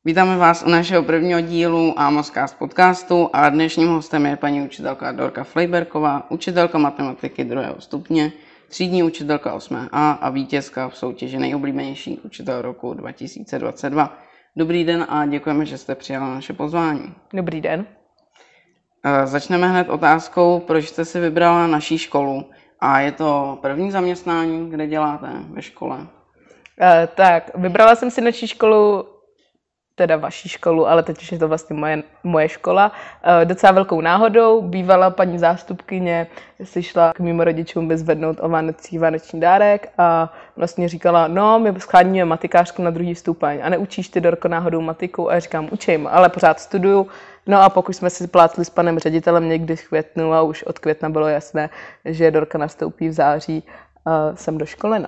Vítáme vás u našeho prvního dílu Amoscast podcastu a dnešním hostem je paní učitelka Dorka Flejberková, učitelka matematiky 2. stupně, třídní učitelka 8A a vítězka v soutěži Nejoblíbenější učitel roku 2022. Dobrý den a děkujeme, že jste přijala naše pozvání. Dobrý den. Začneme hned otázkou, proč jste si vybrala naší školu a je to první zaměstnání, kde děláte ve škole? Tak, vybrala jsem si naší školu, teda vaší školu, ale teď už je to vlastně moje škola. Docela velkou náhodou bývala paní zástupkyně si šla k mým rodičům vyzvednout o vánoční dárek a vlastně říkala, no, my scháníme matikářku na 2. stupeň a neučíš ty, Dorko, náhodou matiku? A já říkám, učím, ale pořád studuju. No a pokud jsme si plátli s panem ředitelem někdy v květnu a už od května bylo jasné, že Dorka nastoupí v září, jsem doškolena.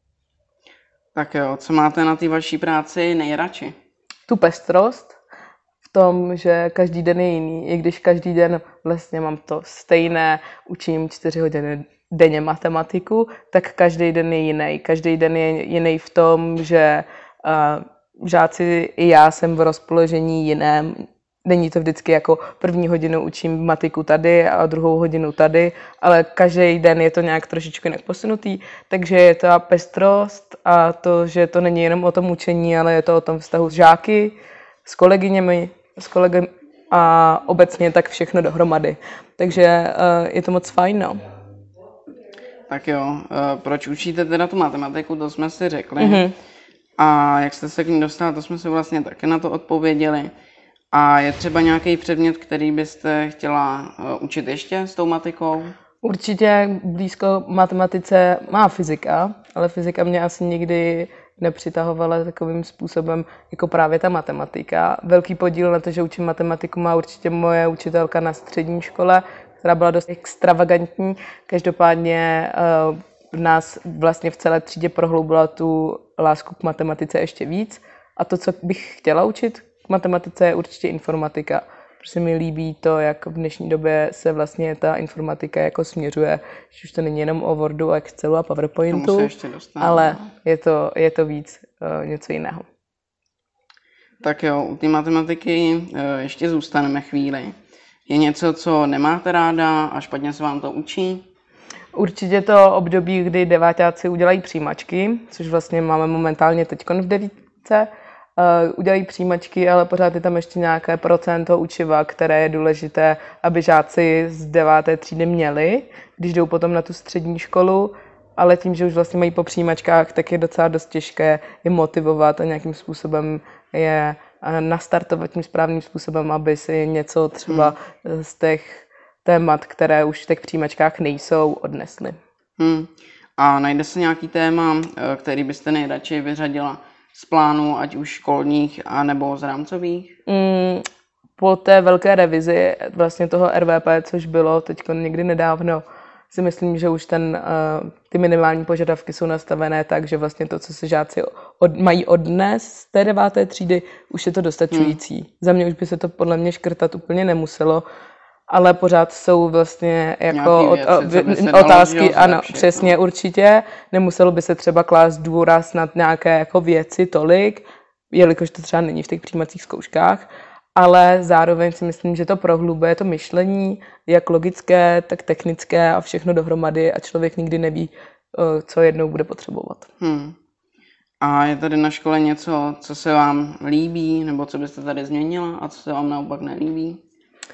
Tak jo, co máte na té vaší práci nejradši? Tu pestrost v tom, že každý den je jiný, i když každý den vlastně mám to stejné, učím 4 hodiny denně matematiku, tak každý den je jiný. Každý den je jiný v tom, že žáci i já jsem v rozpoložení jiném. Není to vždycky jako 1. hodinu učím matiku tady a 2. hodinu tady, ale každý den je to nějak trošičku jinak posunutý, takže je to pestrost a to, že to není jenom o tom učení, ale je to o tom vztahu s žáky, s kolegyněmi, s kolegy a obecně tak všechno dohromady. Takže je to moc fajn, no. Tak jo, proč učíte teda tu matematiku, to jsme si řekli. Mm-hmm. A jak jste se k ní dostala, to jsme si vlastně taky na to odpověděli. A je třeba nějaký předmět, který byste chtěla učit ještě s tou matikou? Určitě blízko matematice má fyzika, ale fyzika mě asi nikdy nepřitahovala takovým způsobem jako právě ta matematika. Velký podíl na to, že učím matematiku, má určitě moje učitelka na střední škole, která byla dost extravagantní. Každopádně nás vlastně v celé třídě prohloubila tu lásku k matematice ještě víc. A to, co bych chtěla učit k matematice, je určitě informatika. Protože mi líbí to, jak v dnešní době se vlastně ta informatika jako směřuje, že už to není jenom o Wordu, Excelu a PowerPointu, ale je to víc něco jiného. Tak jo, u té matematiky ještě zůstaneme chvíli. Je něco, co nemáte ráda a špatně se vám to učí? Určitě to období, kdy deváťáci udělají přijímačky, což vlastně máme momentálně teďkon v 9. Udělají přijímačky, ale pořád je tam ještě nějaké procento učiva, které je důležité, aby žáci z 9. třídy měli, když jdou potom na tu střední školu, ale tím, že už vlastně mají po přijímačkách, tak je docela dost těžké je motivovat a nějakým způsobem je nastartovat tím správným způsobem, aby si něco třeba z těch témat, které už v těch přijímačkách nejsou, odnesli. A najde se nějaký téma, který byste nejradši vyřadila z plánu, ať už školních, anebo z rámcových? Po té velké revizi vlastně toho RVP, což bylo teď někdy nedávno, si myslím, že už ty minimální požadavky jsou nastavené tak, že vlastně to, co se žáci mají odnes z té 9. třídy, už je to dostačující. Za mě už by se to podle mě škrtat úplně nemuselo, ale pořád jsou vlastně jako otázky, ano, přesně, určitě. Nemuselo by se třeba klást důraz na nějaké jako věci tolik, jelikož to třeba není v těch přijímacích zkouškách, ale zároveň si myslím, že to prohlubuje to myšlení, jak logické, tak technické a všechno dohromady a člověk nikdy neví, co jednou bude potřebovat. A je tady na škole něco, co se vám líbí, nebo co byste tady změnila a co se vám naopak nelíbí?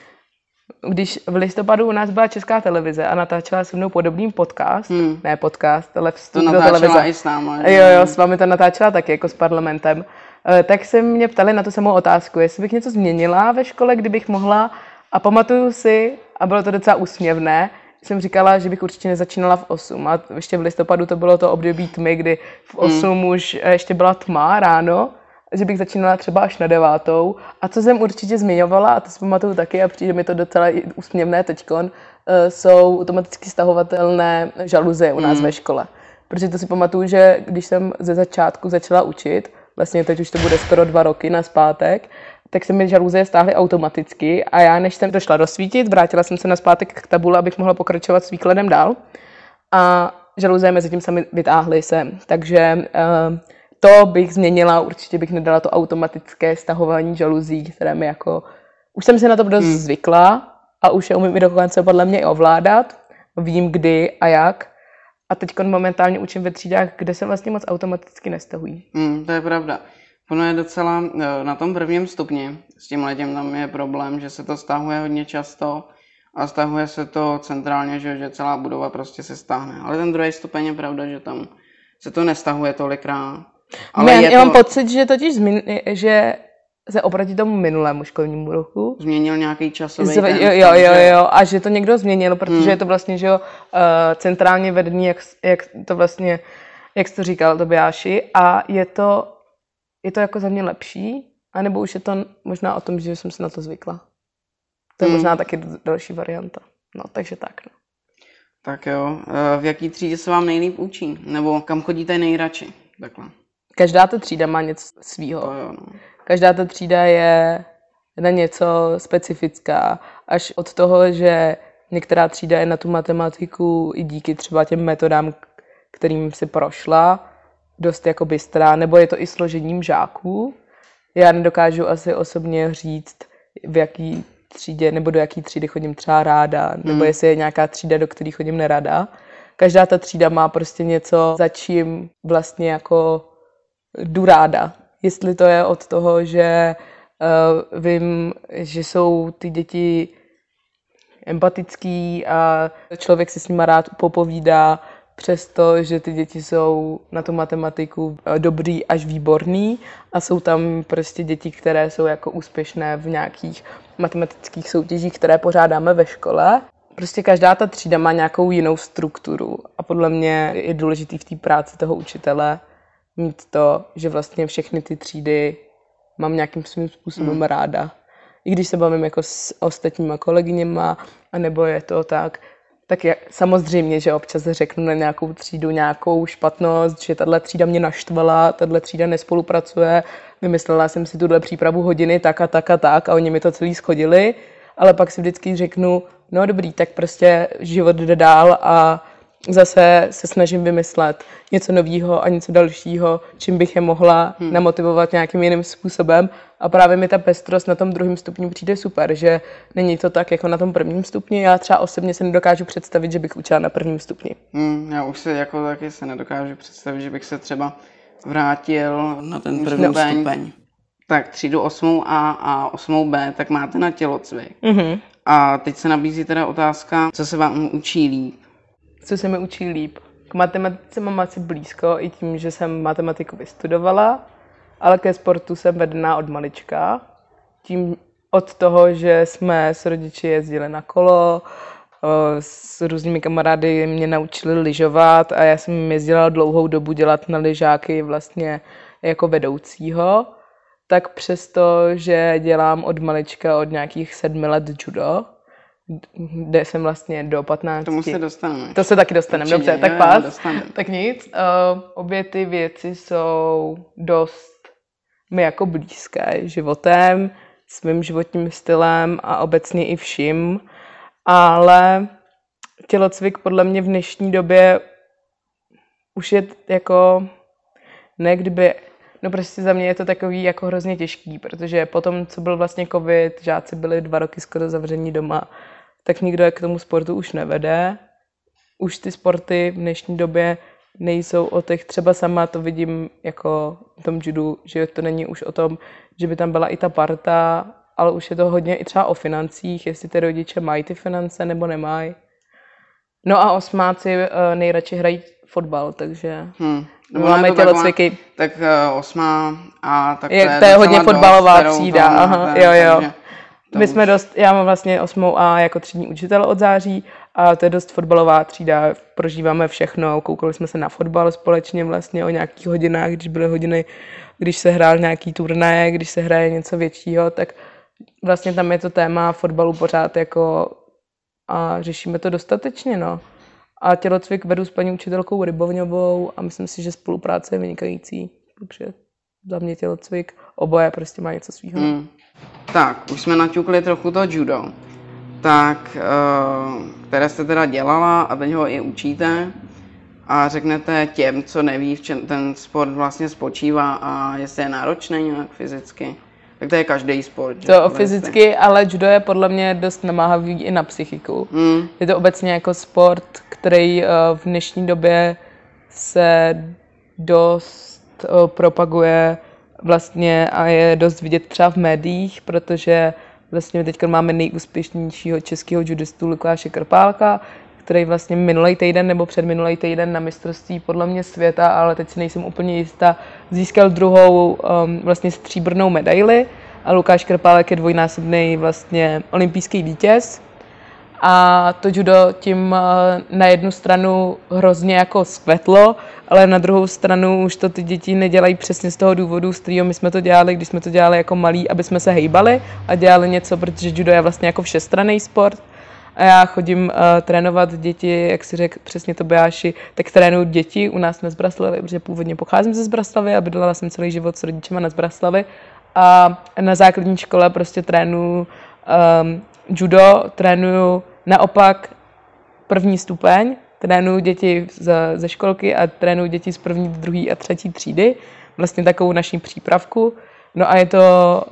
Když v listopadu u nás byla Česká televize a natáčela se mnou podobný podcast, ne podcast, ale vstup do televize. To natáčela i s náma. Jo, s vámi to natáčela taky, jako s Parlamentem. Tak se mě ptali na tu samou otázku, jestli bych něco změnila ve škole, kdybych mohla. A pamatuju si, a bylo to docela úsměvné, jsem říkala, že bych určitě nezačínala v 8. A ještě v listopadu to bylo to období tmy, kdy v 8 už ještě byla tma ráno, že bych začínala třeba až na 9. A co jsem určitě zmiňovala, a to si pamatuju taky, a přijde mi to docela úsměvné teďkon, jsou automaticky stahovatelné žaluzie u nás ve škole. Protože to si pamatuju, že když jsem ze začátku začala učit, vlastně teď už to bude skoro 2 roky nazpátek, tak se mi žaluzie stáhly automaticky a já, než jsem to šla rozsvítit, vrátila jsem se nazpátek k tabule, abych mohla pokračovat s výkladem dál. A žaluzie mezi tím sami vytáhly se. Takže to bych změnila, určitě bych nedala to automatické stahování žaluzí, které mi jako... Už jsem si na to dost zvykla a už je umím i dokonce podle mě i ovládat. Vím kdy a jak. A teď momentálně učím ve třídách, kde se vlastně moc automaticky nestahují. To je pravda. Ono je docela na tom prvním stupni. S tím letem tam je problém, že se to stahuje hodně často a stahuje se to centrálně, že celá budova prostě se stáhne. Ale ten druhý stupeň je pravda, že tam se to nestahuje tolikrát. Ale já mám pocit, že totiž že se oproti tomu minulému školnímu roku změnil nějaký časový jo, a že to někdo změnil, protože je to vlastně, že jo, centrálně vedený, jak to vlastně, jak jsi to říkal, Tobiáši, a je to jako za mě lepší, anebo už je to možná o tom, že jsem se na to zvykla. To je možná taky další varianta. No, takže tak, no. Tak jo, v jaký třídě se vám nejlíp učí? Nebo kam chodíte nejradši? Takhle. Každá ta třída má něco svýho. To jo, no. Každá ta třída je na něco specifická. Až od toho, že některá třída je na tu matematiku i díky třeba těm metodám, kterým si prošla, dost jako bystrá, nebo je to i složením žáků. Já nedokážu asi osobně říct, v jaký třídě, nebo do jaký třídy chodím třeba ráda, nebo jestli je nějaká třída, do které chodím nerada. Každá ta třída má prostě něco, za čím vlastně jako jdu ráda. Jestli to je od toho, že vím, že jsou ty děti empatický a člověk si s nima rád popovídá, přesto, že ty děti jsou na tu matematiku dobrý až výborný a jsou tam prostě děti, které jsou jako úspěšné v nějakých matematických soutěžích, které pořádáme ve škole. Prostě každá ta třída má nějakou jinou strukturu a podle mě je důležitý v té práci toho učitele mít to, že vlastně všechny ty třídy mám nějakým svým způsobem ráda. I když se bavím jako s ostatníma kolegyněma, anebo je to tak samozřejmě, že občas řeknu na nějakou třídu nějakou špatnost, že tahle třída mě naštvala, tahle třída nespolupracuje, vymyslela jsem si tuhle přípravu hodiny tak a oni mi to celý schodili, ale pak si vždycky řeknu, no dobrý, tak prostě život jde dál a zase se snažím vymyslet něco nového a něco dalšího, čím bych je mohla namotivovat nějakým jiným způsobem. A právě mi ta pestrost na tom druhém stupni přijde super, že není to tak jako na tom prvním stupni. Já třeba osobně se nedokážu představit, že bych učila na prvním stupni. Já už se jako taky se nedokážu představit, že bych se třeba vrátil na ten první stupeň. Tak třídu 8A a 8B, tak máte na tělocvik. A teď se nabízí teda otázka, co se vám učí líp. Co se mi učí líp? K matematice mám asi blízko i tím, že jsem matematiku vystudovala, ale ke sportu jsem vedená od malička. Tím od toho, že jsme s rodiči jezdili na kolo, s různými kamarády mě naučili lyžovat a já jsem jim jezdila dlouhou dobu dělat na lyžáky vlastně jako vedoucího. Tak přesto, že dělám od malička od nějakých 7 let judo, kde jsem vlastně do 15. Tomu se dostaneme. To se taky dostaneme, dobře, tak pas. Tak nic. Obě ty věci jsou dost mi jako blízké životem, svým životním stylem a obecně i vším, ale tělocvik podle mě v dnešní době už je jako no prostě za mě je to takový jako hrozně těžký, protože potom, co byl vlastně covid, žáci byli 2 roky skoro zavření doma, tak nikdo k tomu sportu už nevede. Už ty sporty v dnešní době nejsou o těch, třeba sama to vidím jako v tom judu, že to není už o tom, že by tam byla i ta parta, ale už je to hodně i třeba o financích, jestli ty rodiče mají ty finance nebo nemají. No a osmáci nejradši hrají fotbal, takže máme tělocviky. Tak 8. a tak to je hodně fotbalová třída, jo. My jsme já mám vlastně 8A jako třídní učitel od září a to je dost fotbalová třída, prožíváme všechno, koukali jsme se na fotbal společně vlastně o nějakých hodinách, když byly hodiny, když se hrál nějaký turnaje, když se hraje něco většího, tak vlastně tam je to téma fotbalu pořád jako a řešíme to dostatečně, no. A tělocvik vedu s paní učitelkou Rybovňovou a myslím si, že spolupráce je vynikající, protože za mě tělocvik oboje prostě má něco svýho. Tak, už jsme naťukli trochu to judo, tak, které jste teda dělala a teď ho i učíte. a řeknete těm, co neví, v čem ten sport vlastně spočívá a jestli je náročný nějak fyzicky. Tak to je každý sport. To fyzicky, ale judo je podle mě dost namáhavý i na psychiku. Je to obecně jako sport, který v dnešní době se dost propaguje vlastně a je dost vidět třeba v médiích, protože vlastně teď máme nejúspěšnějšího českého judistu Lukáše Krpálka, který vlastně minulý týden nebo předminulý týden na mistrovství podle mě světa, ale teď si nejsem úplně jistá, získal druhou vlastně stříbrnou medaili a Lukáš Krpálek je dvojnásobný vlastně olympijský vítěz. A to judo tím na jednu stranu hrozně jako skvetlo, ale na druhou stranu už to ty děti nedělají přesně z toho důvodu, z kterého my jsme to dělali, když jsme to dělali jako malí, aby jsme se hejbali a dělali něco, protože judo je vlastně jako všestranný sport. A já chodím trénovat děti, jak si řekl přesně Tobiáši, tak trénuju děti u nás na Zbraslavi, protože původně pocházím ze Zbraslavy a bydlela jsem celý život s rodičema na Zbraslavi. A na základní škole prostě trénuju judo, trénuju naopak první stupeň, trénuju děti ze školky a trénuju děti z první, druhé a třetí třídy, vlastně takovou naší přípravku. No a je to,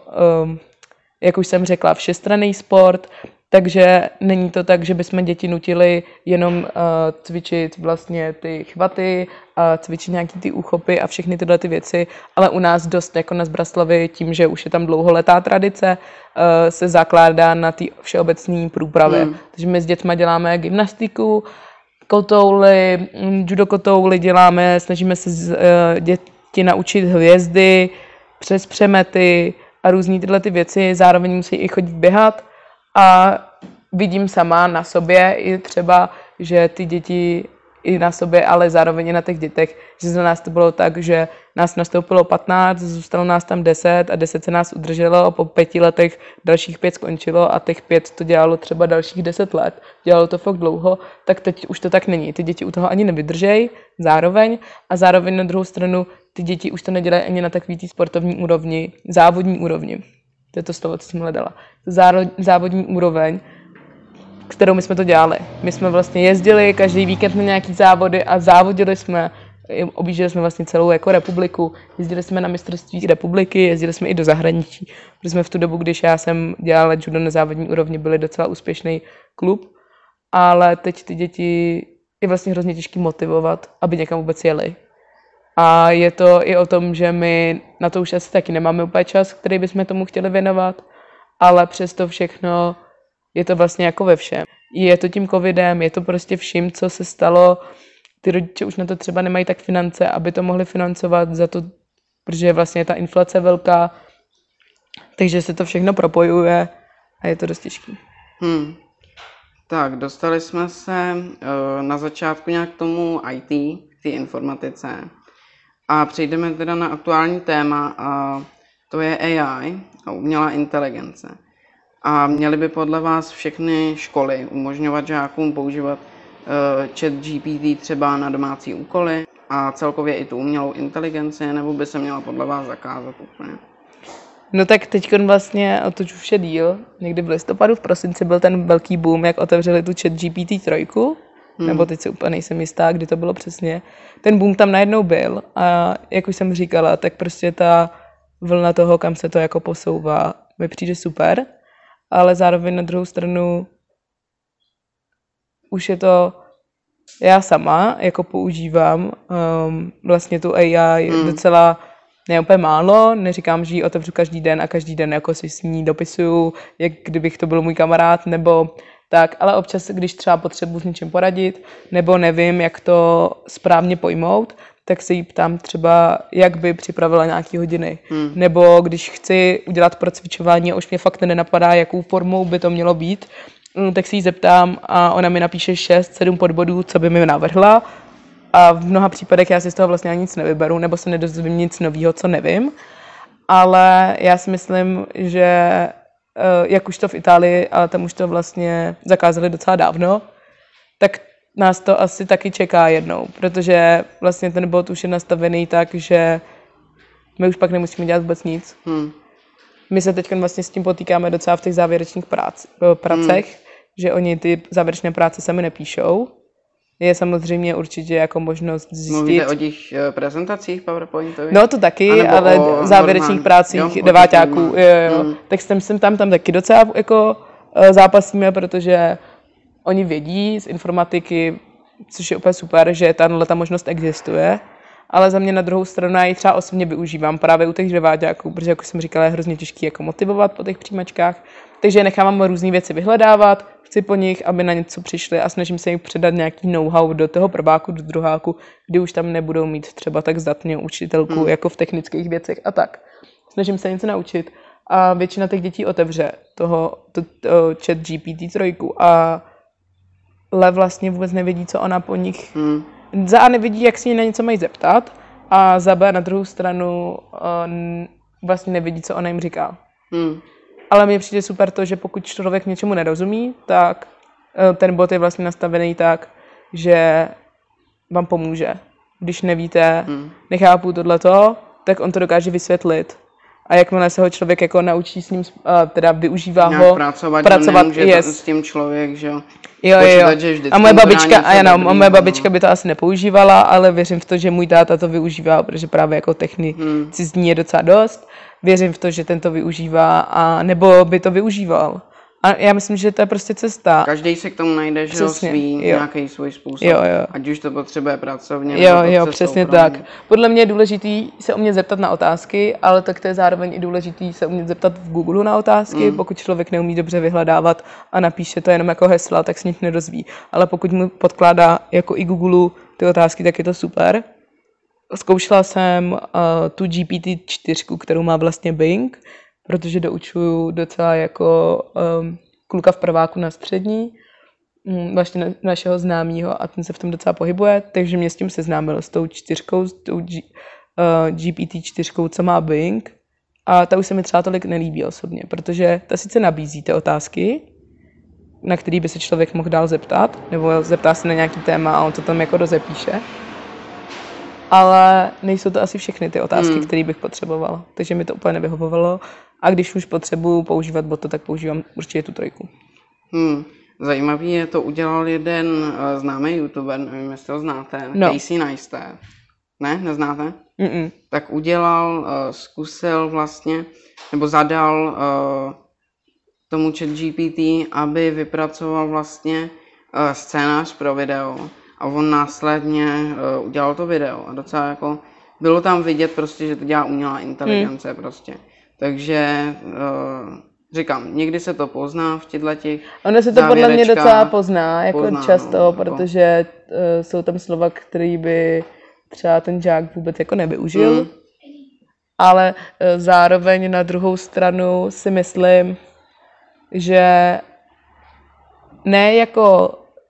jak už jsem řekla, všestranný sport, takže není to tak, že bychom děti nutili jenom cvičit vlastně ty chvaty, a cvičit nějaký ty úchopy a všechny tyhle ty věci, ale u nás dost jako na Zbraslavi tím, že už je tam dlouholetá tradice, se zakládá na té všeobecné průpravě. Takže my s dětma děláme gymnastiku, kotouly, judo kotouly děláme, snažíme se děti naučit hvězdy, přes přemety a různý tyhle ty věci, zároveň musí i chodit běhat. A vidím sama na sobě i třeba, že ty děti i na sobě, ale zároveň i na těch dětech, že za nás to bylo tak, že nás nastoupilo 15, zůstalo nás tam 10 a 10 se nás udrželo a po 5 letech dalších 5 skončilo a těch 5 to dělalo třeba dalších 10 let. Dělalo to fakt dlouho, tak teď už to tak není. Ty děti u toho ani nevydržejí zároveň a zároveň na druhou stranu ty děti už to nedělají ani na takový tý sportovní úrovni, závodní úrovni. To je to slovo, co jsem hledala. Závodní úroveň, kterou my jsme to dělali. My jsme vlastně jezdili každý víkend na nějaký závody a závodili jsme, objížděli jsme vlastně celou jako republiku, jezdili jsme na mistrovství republiky, jezdili jsme i do zahraničí, protože jsme v tu dobu, když já jsem dělala judo na závodní úrovni, byli docela úspěšný klub, ale teď ty děti je vlastně hrozně těžké motivovat, aby někam vůbec jeli. A je to i o tom, že my na to už asi taky nemáme úplně čas, který bychom tomu chtěli věnovat, ale přesto všechno je to vlastně jako ve všem. Je to tím covidem, je to prostě vším, co se stalo. Ty rodiče už na to třeba nemají tak finance, aby to mohli financovat za to, protože vlastně je ta inflace velká, takže se to všechno propojuje a je to dost těžký. Tak, dostali jsme se na začátku nějak k tomu IT, k té informatice. A přejdeme teda na aktuální téma a to je AI a umělá inteligence. A měly by podle vás všechny školy umožňovat žákům používat ChatGPT třeba na domácí úkoly a celkově i tu umělou inteligenci, nebo by se měla podle vás zakázat úplně? No tak teď vlastně to už je díl. Někdy v listopadu, v prosinci byl ten velký boom, jak otevřeli tu ChatGPT 3, nebo teď si úplně nejsem jistá, kdy to bylo přesně. Ten boom tam najednou byl a jak už jsem říkala, tak prostě ta vlna toho, kam se to jako posouvá, mi přijde super, ale zároveň na druhou stranu už je to, já sama jako používám vlastně tu AI docela ne úplně málo, neříkám, že ji otevřu každý den a každý den jako si s ní dopisuju, jak kdybych to byl můj kamarád, nebo tak, ale občas, když třeba potřebuji s něčím poradit, nebo nevím, jak to správně pojmout, tak se jí ptám třeba, jak by připravila nějaký hodiny. Nebo když chci udělat procvičování a už mě fakt nenapadá, jakou formou by to mělo být, tak se jí zeptám a ona mi napíše 6-7 podbodů, co by mi navrhla. A v mnoha případech já si z toho vlastně ani nic nevyberu, nebo se nedozvím nic nového, co nevím. Ale já si myslím, že jak už to v Itálii, ale tam už to vlastně zakázali docela dávno, tak nás to asi taky čeká jednou, protože vlastně ten bot už je nastavený tak, že my už pak nemusíme dělat vůbec nic. My se teď vlastně s tím potýkáme docela v těch závěrečných pracech, že oni ty závěrečné práce sami nepíšou, je samozřejmě určitě jako možnost zjistit. Mluvíte o těch prezentacích PowerPointových? No to taky, ale závěrečných prácích deváťáků, textem jsem tam taky docela jako zápasíme, protože oni vědí z informatiky, což je úplně super, že ta možnost existuje, ale za mě na druhou stranu já ji třeba osobně využívám právě u těch deváťáků, protože jako jsem říkala, je hrozně těžký jako motivovat po těch přijímačkách, takže nechávám různé věci vyhledávat, chci po nich, aby na něco přišli a snažím se jim předat nějaký know-how do toho prváku, do druháku, kdy už tam nebudou mít třeba tak zdatně učitelku jako v technických věcech a tak. Snažím se něco naučit a většina těch dětí otevře to chat GPT-3 ale vlastně vůbec nevědí, co ona po nich... Za A nevidí, jak si na něco mají zeptat a za B na druhou stranu vlastně nevidí, co ona jim říká. Ale mně přijde super to, že pokud člověk něčemu nerozumí, tak ten bot je vlastně nastavený tak, že vám pomůže. Když nevíte, nechápu tohleto, tak on to dokáže vysvětlit. A jakmile se ho člověk jako naučí s ním, teda využívá nějak ho, pracovat s tím člověk, že jo. Jo. A moje babička by to asi nepoužívala, ale věřím v to, že můj táta to využívá, protože právě jako technicizní je docela dost. Věřím v to, že ten to využívá, a nebo by to využíval. A já myslím, že to je prostě cesta. Každý se k tomu najde, že nějaký svůj způsob. Jo. Ať už to potřebuje pracovně. Jo, přesně tak. Podle mě je důležitý se umět zeptat na otázky, ale tak to je zároveň i důležitý se umět zeptat v Google na otázky. Pokud člověk neumí dobře vyhledávat a napíše to jenom jako hesla, tak se nic nedozví. Ale pokud mu podkládá jako i Google ty otázky, tak je to super. Zkoušela jsem tu GPT-4, kterou má vlastně Bing, protože doučuju docela jako kluka v prváku na střední, vlastně našeho známého, a ten se v tom docela pohybuje, takže mě s tím seznámil, s tou čtyřkou, s tou GPT-4, co má Bing, a ta už se mi třeba tolik nelíbí osobně, protože ta sice nabízí ty otázky, na který by se člověk mohl dál zeptat, nebo zeptá se na nějaký téma a on to tam jako rozepíše, ale nejsou to asi všechny ty otázky, které bych potřebovala, takže mi to úplně nevyhovovalo. A když už potřebuju používat botu, tak používám určitě tu 3. Zajímavý je, to udělal jeden známý youtuber, nevím, jestli ho znáte, Casey Neistat. Ne, neznáte? Tak udělal, zkusil vlastně, nebo zadal tomu ChatGPT, aby vypracoval vlastně scénář pro video. A on následně udělal to video a docela jako, bylo tam vidět prostě, že to dělá umělá inteligence prostě. Takže říkám, někdy se to pozná v těch ono se to podle mě docela pozná často, protože jsou tam slova, které by třeba ten žák vůbec jako nevyužil. Ale zároveň na druhou stranu si myslím, že ne jako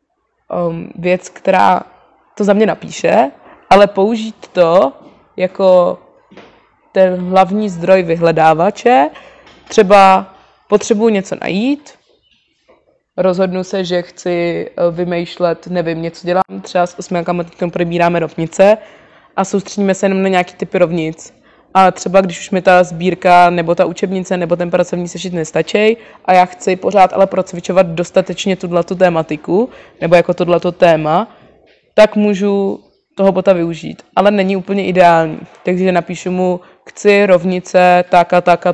věc, která to za mě napíše, ale použít to jako ten hlavní zdroj vyhledávače. Třeba potřebuji něco najít, rozhodnu se, že chci vymýšlet, nevím, něco dělám, třeba s 8 matematikou probíráme rovnice a soustředíme se jenom na nějaký typy rovnic. A třeba když už mi ta sbírka nebo ta učebnice nebo ten pracovní sešit nestačí a já chci pořád ale procvičovat dostatečně tuto tématiku nebo jako tohleto téma, tak můžu toho bota využít, ale není úplně ideální. Takže napíšu mu, chci rovnice tak,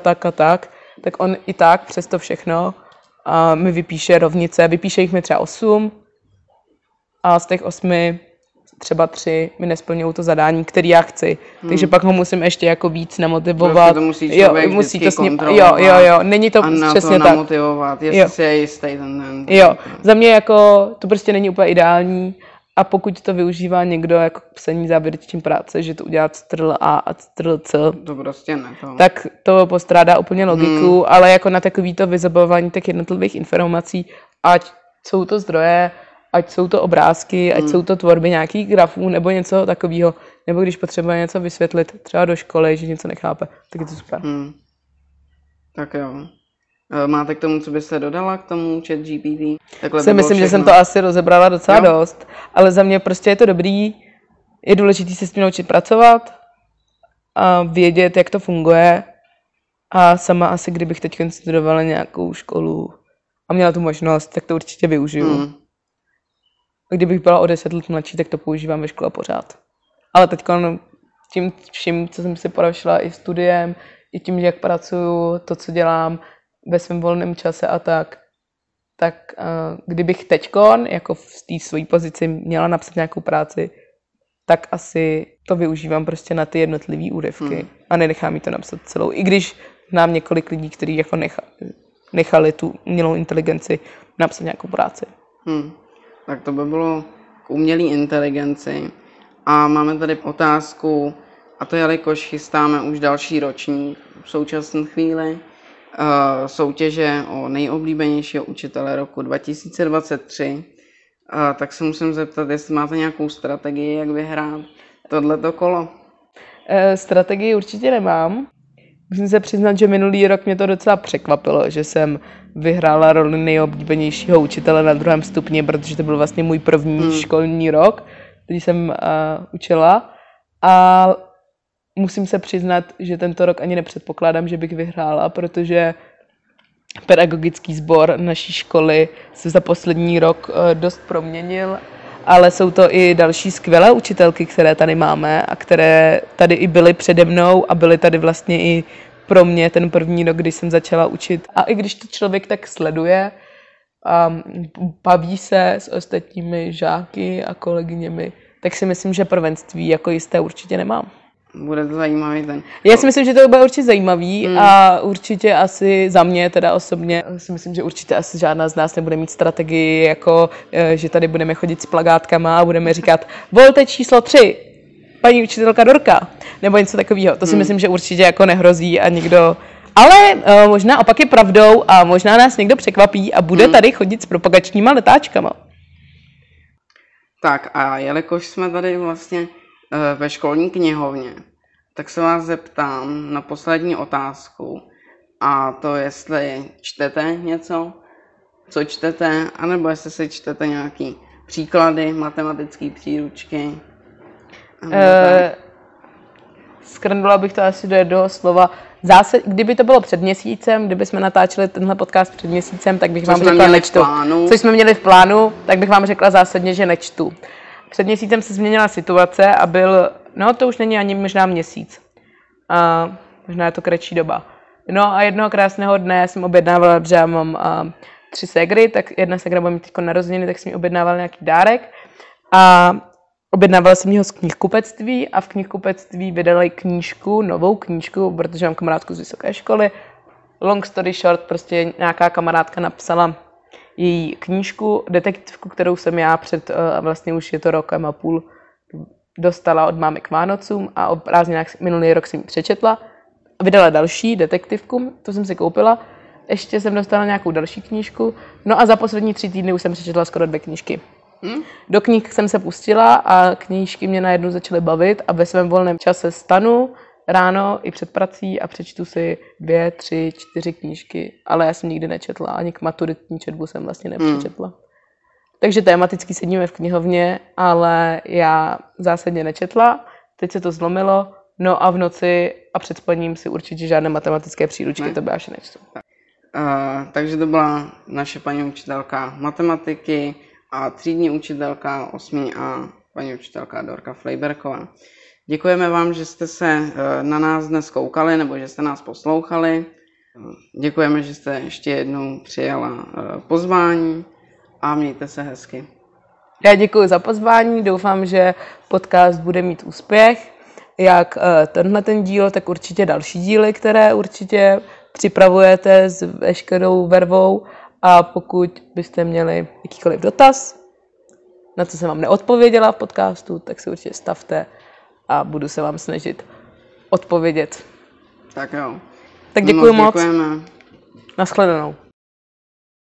tak on i tak přes to všechno mi vypíše rovnice, vypíše jich mi třeba 8 a z těch 8 třeba 3 mi nesplňují to zadání, který já chci. Takže pak ho musím ještě jako víc namotivovat. Prostě to musí to s ním není to přesně tak. Namotivovat, jestli si je jistý ten. Za mě jako to prostě není úplně ideální. A pokud to využívá někdo jako k psaní závěrečné práce, že to udělá Ctrl A a Ctrl C, to prostě ne, tak to postrádá úplně logiku, ale jako na takovýto vyzobování těch jednotlivých informací, ať jsou to zdroje, ať jsou to obrázky, ať jsou to tvorby nějakých grafů nebo něco takového, nebo když potřebuje něco vysvětlit třeba do školy, že něco nechápe, tak je to super. Tak jo. Máte k tomu, co byste dodala k tomu ChatGPT? Myslím, že jsem to asi rozebrala docela dost, ale za mě prostě je to dobrý, je důležité se s tím naučit pracovat a vědět, jak to funguje. A sama asi, kdybych teď studovala nějakou školu a měla tu možnost, tak to určitě využiju. Kdybych byla o 10 let mladší, tak to používám ve škole pořád. Ale teď tím vším, co jsem si podařila i studiem, i tím, jak pracuju, to, co dělám ve svém volném čase a tak kdybych teďkon, jako v té své pozici, měla napsat nějakou práci, tak asi to využívám prostě na ty jednotlivé úryvky a nenechám mi to napsat celou. I když znám několik lidí, kteří jako nechali tu umělou inteligenci napsat nějakou práci. Tak to by bylo k umělé inteligenci. A máme tady otázku, a to jelikož chystáme už další ročník v současné chvíli, soutěže o nejoblíbenějšího učitele roku 2023, tak se musím zeptat, jestli máte nějakou strategii, jak vyhrát tohleto kolo. Strategii určitě nemám. Musím se přiznat, že minulý rok mě to docela překvapilo, že jsem vyhrála roli nejoblíbenějšího učitele na 2. stupni, protože to byl vlastně můj první školní rok, který jsem učila. A musím se přiznat, že tento rok ani nepředpokládám, že bych vyhrála, protože pedagogický sbor naší školy se za poslední rok dost proměnil, ale jsou to i další skvělé učitelky, které tady máme a které tady i byly přede mnou a byly tady vlastně i pro mě ten první rok, kdy jsem začala učit. A i když to člověk tak sleduje a baví se s ostatními žáky a kolegyněmi, tak si myslím, že prvenství jako jisté určitě nemám. Bude to zajímavý ten. Já si myslím, že to bude určitě zajímavý a určitě asi za mě teda osobně si myslím, že určitě asi žádná z nás nebude mít strategii, jako že tady budeme chodit s plagátkama a budeme říkat volte číslo 3, paní učitelka Dorka, nebo něco takového. To si myslím, že určitě jako nehrozí a nikdo. Ale možná opak je pravdou a možná nás někdo překvapí a bude tady chodit s propagačníma letáčkama. Tak a jelikož jsme tady vlastně ve školní knihovně, tak se vás zeptám na poslední otázku, a to jestli čtete něco, co čtete, anebo jestli si čtete nějaký příklady, matematické příručky. Skrnula bych to asi do jednoho slova. Kdyby to bylo před měsícem, kdybychom natáčeli tenhle podcast před měsícem, tak bych vám řekla nečtu. Což jsme měli v plánu, tak bych vám řekla zásadně, že nečtu. Před měsícem se změnila situace a to už není ani možná měsíc. Možná je to kratší doba. No a jednoho krásného dne jsem objednávala, protože já mám 3 ségry, tak jedna ségra bude mít teď narozeniny, tak jsem jí objednávala nějaký dárek. A objednávala jsem ho z knihkupectví a v knihkupectví vydali knížku, novou knížku, protože mám kamarádku z vysoké školy. Long story short, prostě nějaká kamarádka napsala její knížku, detektivku, kterou jsem já vlastně už je to rokem a půl, dostala od mámy k Vánocům a o prázdninách minulý rok jsem ji přečetla. Vydala další detektivku, to jsem si koupila. Ještě jsem dostala nějakou další knížku. No a za poslední 3 týdny už jsem přečetla skoro 2 knížky. Do knih jsem se pustila a knížky mě najednou začaly bavit a ve svém volném čase stanu ráno i před prací a přečtu si 2, 3, 4 knížky, ale já jsem nikdy nečetla, ani k maturitní četbu jsem vlastně nepřečetla. Takže tematicky sedíme v knihovně, ale já zásadně nečetla, teď se to zlomilo, no a v noci a před spaním si určitě žádné matematické příručky, to by až nečtu. Takže to byla naše paní učitelka matematiky a třídní učitelka 8A, paní učitelka Dorka Flejberková. Děkujeme vám, že jste se na nás dnes koukali nebo že jste nás poslouchali. Děkujeme, že jste ještě jednou přijala pozvání a mějte se hezky. Já děkuji za pozvání, doufám, že podcast bude mít úspěch. Jak tenhle ten díl, tak určitě další díly, které určitě připravujete s veškerou vervou. A pokud byste měli jakýkoliv dotaz, na co jsem vám neodpověděla v podcastu, tak se určitě stavte a budu se vám snažit odpovědět. Tak jo. Tak děkuji moc. Děkujeme. Naschledanou.